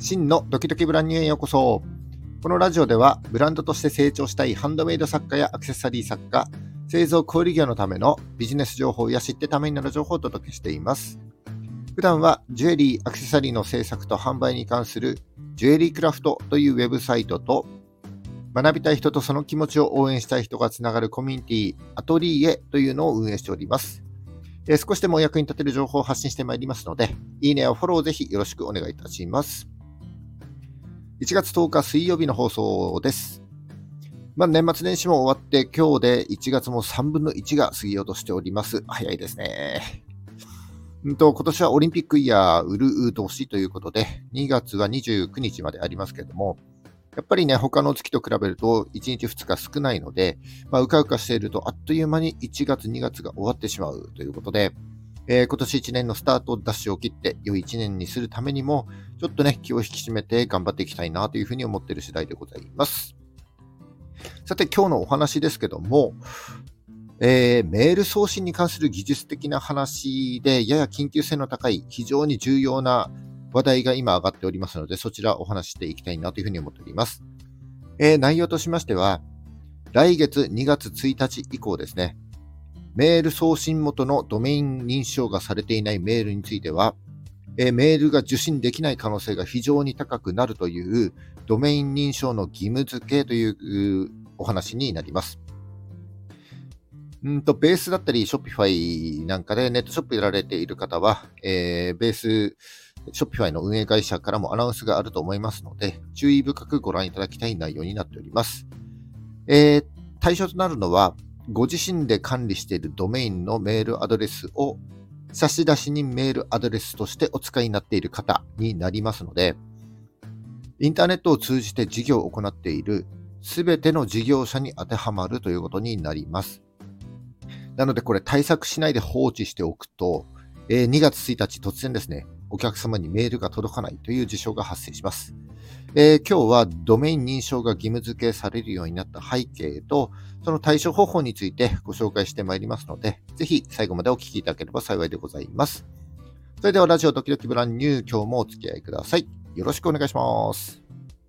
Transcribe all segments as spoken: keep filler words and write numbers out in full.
真のドキドキブランニューへようこそ。このラジオではブランドとして成長したいハンドメイド作家やアクセサリー作家、製造小売業のためのビジネス情報や知ってためになる情報をお届けしています。普段はジュエリー、アクセサリーの制作と販売に関するジュエリークラフトというウェブサイトと、学びたい人とその気持ちを応援したい人がつながるコミュニティアトリエというのを運営しております。えー、少しでもお役に立てる情報を発信してまいりますので、いいねやフォローぜひよろしくお願いいたします。いちがつとおか水曜日の放送です。まあ、年末年始も終わって今日でいちがつもさんぶんのいちが過ぎようとしております。早いですね。んと今年はオリンピックイヤーウルー年ということで、にがつはにじゅうくにちまでありますけれども、やっぱりね、他の月と比べるといちにちふつか少ないので、まあ、うかうかしているとあっという間にいちがつにがつが終わってしまうということで、えー、今年いちねんのスタートダッシュを切って良いいちねんにするためにも、ちょっとね、気を引き締めて頑張っていきたいなというふうに思っている次第でございます。さて、今日のお話ですけども、えー、メール送信に関する技術的な話で、やや緊急性の高い、非常に重要な話題が今上がっておりますので、そちらお話していきたいなというふうに思っております。えー、内容としましては、来月にがつついたち以降ですね、メール送信元のドメイン認証がされていないメールについては、えー、メールが受信できない可能性が非常に高くなるというドメイン認証の義務付けというお話になります。んとベースだったり、ショッピファイなんかでネットショップやられている方は、えー、ベース、ショッピファイの運営会社からもアナウンスがあると思いますので、注意深くご覧いただきたい内容になっております。えー、対象となるのは、ご自身で管理しているドメインのメールアドレスを差出人メールアドレスとしてお使いになっている方になりますので、インターネットを通じて事業を行っているすべての事業者に当てはまるということになります。なのでこれ対策しないで放置しておくと、えー、にがつついたち突然ですね、お客様にメールが届かないという事象が発生します。えー、今日はドメイン認証が義務付けされるようになった背景と、その対処方法についてご紹介してまいりますので、ぜひ最後までお聞きいただければ幸いでございます。それではラジオドキドキブランニュー、今日もお付き合いください。よろしくお願いします。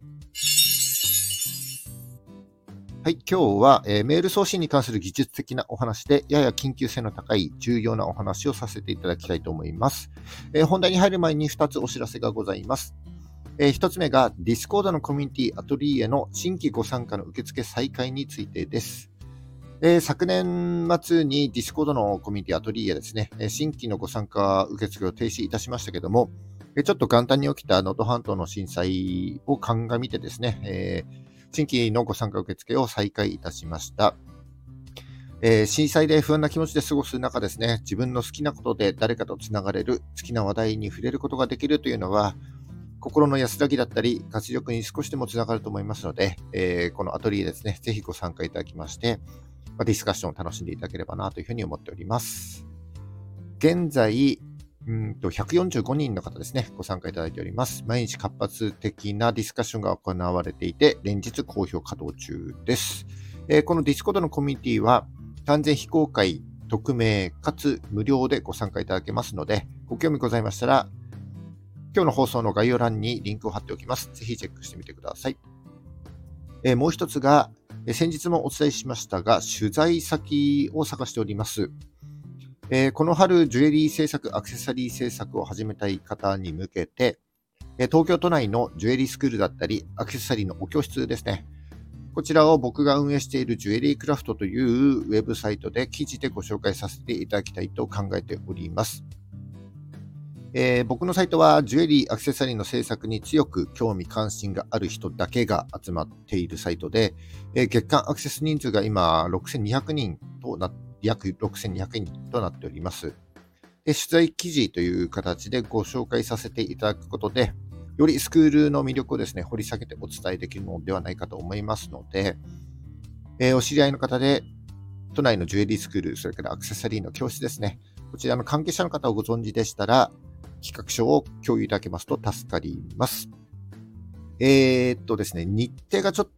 はい、今日は、えー、メール送信に関する技術的なお話で、やや緊急性の高い重要なお話をさせていただきたいと思います。えー、本題に入る前にふたつお知らせがございます。えー、ひとつめが Discord のコミュニティアトリエの新規ご参加の受付再開についてです。えー、昨年末に Discord のコミュニティアトリエですね、新規のご参加受付を停止いたしましたけども、ちょっと元旦に起きた能登半島の震災を鑑みてですね、えー、新規のご参加受付を再開いたしました。えー、震災で不安な気持ちで過ごす中ですね、自分の好きなことで誰かとつながれる、好きな話題に触れることができるというのは、心の安らぎだったり、活力に少しでもつながると思いますので、えー、このアトリエですね、ぜひご参加いただきまして、まあ、ディスカッションを楽しんでいただければなというふうに思っております。現在、うんとひゃくよんじゅうごにんの方ですね、ご参加いただいております。毎日活発的なディスカッションが行われていて、連日好評稼働中です。えー、この Discord のコミュニティは、完全非公開、匿名かつ無料でご参加いただけますので、ご興味ございましたら、今日の放送の概要欄にリンクを貼っておきます。ぜひチェックしてみてください。えー、もう一つが、えー、先日もお伝えしましたが、取材先を探しております。えー、この春、ジュエリー制作、アクセサリー制作を始めたい方に向けて、えー、東京都内のジュエリースクールだったり、アクセサリーのお教室ですね。こちらを僕が運営しているジュエリークラフトというウェブサイトで記事でご紹介させていただきたいと考えております。えー、僕のサイトはジュエリー、アクセサリーの制作に強く興味関心がある人だけが集まっているサイトで、えー、月間アクセス人数が今ろくせんにひゃくにんとな約ろくせんにひゃくにんとなっております。で、取材記事という形でご紹介させていただくことで、よりスクールの魅力をですね、掘り下げてお伝えできるのではないかと思いますので、えー、お知り合いの方で都内のジュエリースクール、それからアクセサリーの教室ですね、こちらの関係者の方をご存知でしたら、企画書を共有いただけますと助かります。えーっとですね、日程がちょっと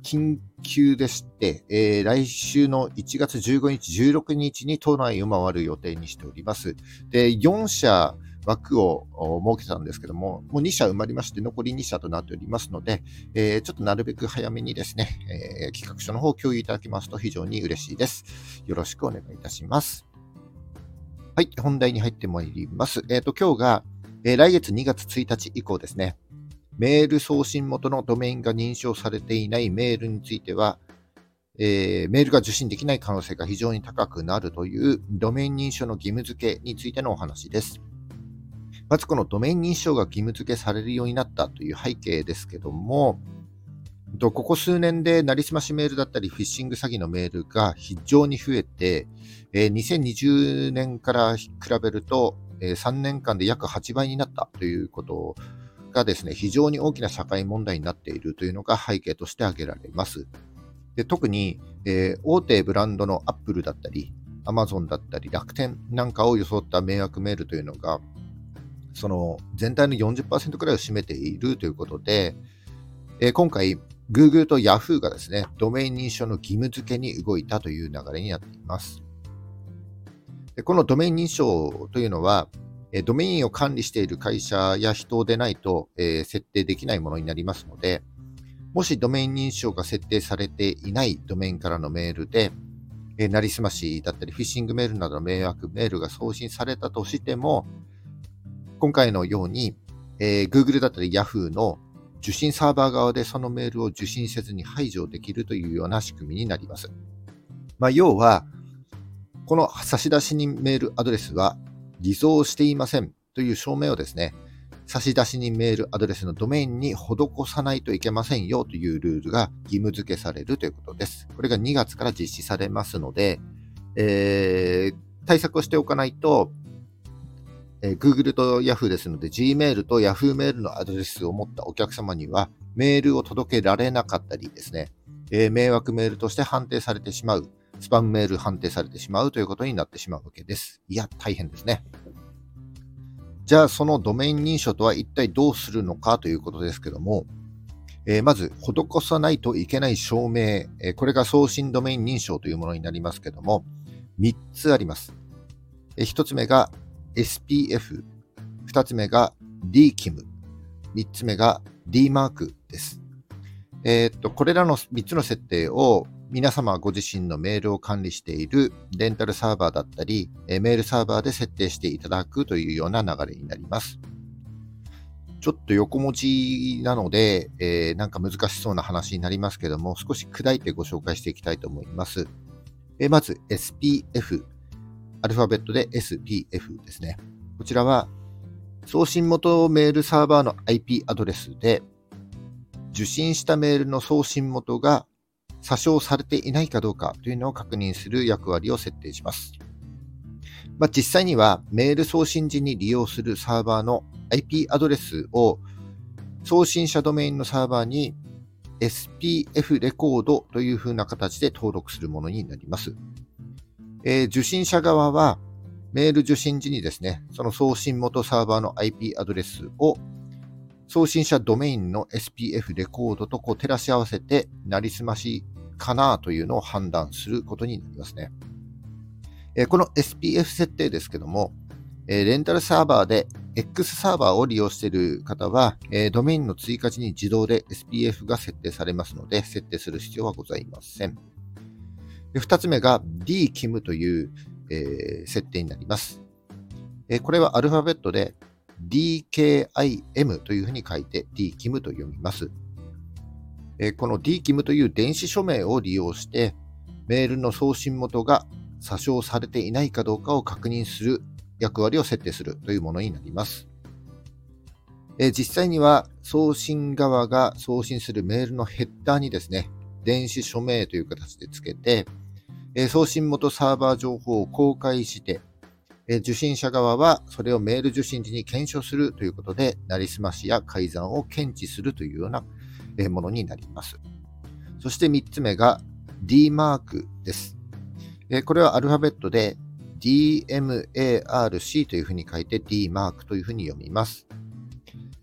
緊急でして、えー、来週のいちがつじゅうごにち、じゅうろくにちに都内を回る予定にしております。で、よん社枠を設けたんですけども、もうに社埋まりまして、残りに社となっておりますので、えー、ちょっとなるべく早めにですね、えー、企画書の方を共有いただきますと非常に嬉しいです。よろしくお願いいたします。はい、本題に入ってまいります。えっと、今日が、えー、来月にがつついたち以降ですね、メール送信元のドメインが認証されていないメールについては、えー、メールが受信できない可能性が非常に高くなるというドメイン認証の義務付けについてのお話です。まずこのドメイン認証が義務付けされるようになったという背景ですけども、ここ数年でなりすましメールだったりフィッシング詐欺のメールが非常に増えて、にせんにじゅうねんから比べるとさんねんかんで約はちばいになったということがですね、非常に大きな社会問題になっているというのが背景として挙げられます。で特に、えー、大手ブランドのアップルだったり、アマゾンだったり、楽天なんかを装った迷惑メールというのが、その全体の よんじゅっパーセント くらいを占めているということで、えー、今回、Google と Yahoo がですね、ドメイン認証の義務付けに動いたという流れになっています。でこのドメイン認証というのは、ドメインを管理している会社や人でないと、えー、設定できないものになりますので、もしドメイン認証が設定されていないドメインからのメールで、えー、なりすましだったりフィッシングメールなどの迷惑メールが送信されたとしても、今回のように、えー、Google だったり Yahoo の受信サーバー側でそのメールを受信せずに排除できるというような仕組みになります。まあ、要は、この差出人メールアドレスは偽造していませんという証明をですね、差出人メールアドレスのドメインに施さないといけませんよというルールが義務付けされるということです。これがにがつから実施されますので、えー、対策をしておかないと、えー、Google と Yahoo ですので Gmail と Yahoo メールのアドレスを持ったお客様にはメールを届けられなかったりですね、えー、迷惑メールとして判定されてしまう、スパムメール判定されてしまうということになってしまうわけです。いや、大変ですね。じゃあそのドメイン認証とは一体どうするのかということですけども、えー、まず施さないといけない証明、えー、これが送信ドメイン認証というものになりますけども、みっつあります。えー、ひとつめが エスピーエフ、ふたつめが ディーキム、みっつめが D マークです。えー、っとこれらのみっつの設定を皆様ご自身のメールを管理しているレンタルサーバーだったり、メールサーバーで設定していただくというような流れになります。ちょっと横文字なので、えー、なんか難しそうな話になりますけども、少し砕いてご紹介していきたいと思います。えー、まず エスピーエフ、アルファベットで エスピーエフ ですね。こちらは送信元メールサーバーの アイピー アドレスで、受信したメールの送信元が詐称されていないかどうかというのを確認する役割を設定します。まあ、実際にはメール送信時に利用するサーバーの アイピー アドレスを送信者ドメインのサーバーに エスピーエフ レコードという風な形で登録するものになります。えー、受信者側はメール受信時にですね、その送信元サーバーの アイピー アドレスを送信者ドメインの エスピーエフ レコードとこう照らし合わせて、なりすましかなというのを判断することになりますね。えー、この エスピーエフ 設定ですけども、えー、レンタルサーバーで X サーバーを利用している方は、えー、ドメインの追加時に自動で エスピーエフ が設定されますので、設定する必要はございません。でふたつめが ディーキム という、えー、設定になります。えー、これはアルファベットで ディーケーアイエム というふうに書いて ディーキム と読みます。えー、この ディーキム という電子署名を利用してメールの送信元が詐称されていないかどうかを確認する役割を設定するというものになります。えー、実際には送信側が送信するメールのヘッダーにですね、電子署名という形でつけて、えー、送信元サーバー情報を公開して、えー、受信者側はそれをメール受信時に検証するということで、なりすましや改ざんを検知するというような、えー、ものになります。そしてみっつめが D マークです。えー、これはアルファベットで ディーエムエーアールシー というふうに書いて D マークというふうに読みます。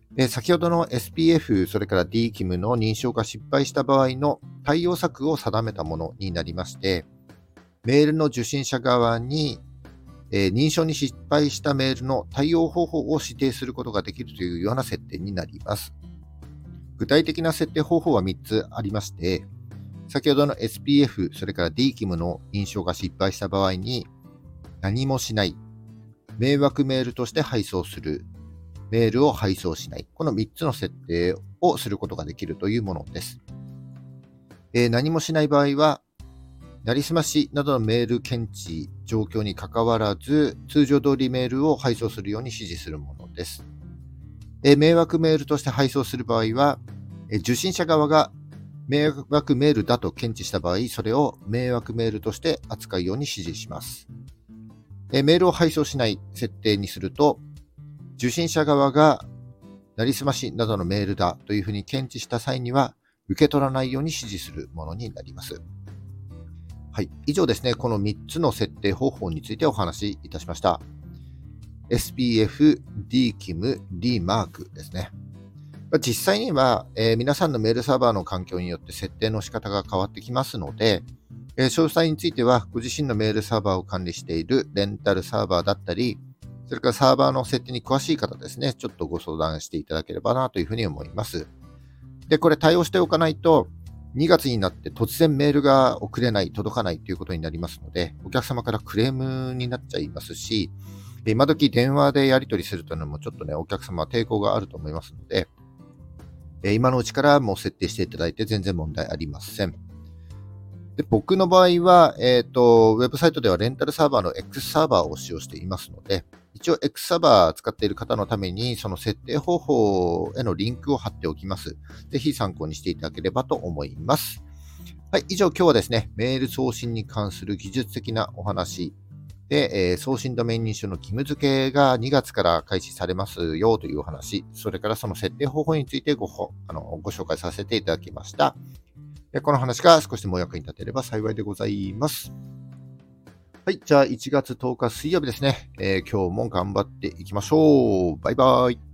えー先ほどの エスピーエフ、それから ディーキム の認証が失敗した場合の対応策を定めたものになりまして、メールの受信者側に、えー認証に失敗したメールの対応方法を指定することができるというような設定になります。具体的な設定方法はみっつありまして、先ほどの エスピーエフ、それから ディーキム の認証が失敗した場合に、何もしない、迷惑メールとして配送する、メールを配送しない、このみっつの設定をすることができるというものです。えー何もしない場合は、なりすましなどのメール検知状況にかかわらず、通常通りメールを配送するように指示するものです。えー迷惑メールとして配送する場合は、えー受信者側が迷惑メールだと検知した場合、それを迷惑メールとして扱うように指示します。えーメールを配送しない設定にすると、受信者側がなりすましなどのメールだというふうに検知した際には、受け取らないように指示するものになります。はい。以上ですね、このみっつの設定方法についてお話しいたしました。エスピーエフ、ディーキム、D マークですね。実際には、えー皆さんのメールサーバーの環境によって設定の仕方が変わってきますので、えー詳細についてはご自身のメールサーバーを管理しているレンタルサーバーだったり、それからサーバーの設定に詳しい方ですね、ちょっとご相談していただければなというふうに思います。で、これ対応しておかないと、にがつになって突然メールが送れない、届かないということになりますので、お客様からクレームになっちゃいますし、今時電話でやり取りするというのもちょっとね、お客様は抵抗があると思いますので、えー今のうちからもう設定していただいて全然問題ありません。で僕の場合は、えっと、ウェブサイトではレンタルサーバーの X サーバーを使用していますので、一応 X サーバー使っている方のために、その設定方法へのリンクを貼っておきます。ぜひ参考にしていただければと思います。はい、以上今日はですね、メール送信に関する技術的なお話で、えー送信ドメイン認証の義務付けがにがつから開始されますよというお話、それからその設定方法についてごほあのご紹介させていただきました。でこの話が少しでもお役に立てれば幸いでございます。はい、じゃあいちがつとおか水曜日ですね、えー今日も頑張っていきましょう。バイバイ。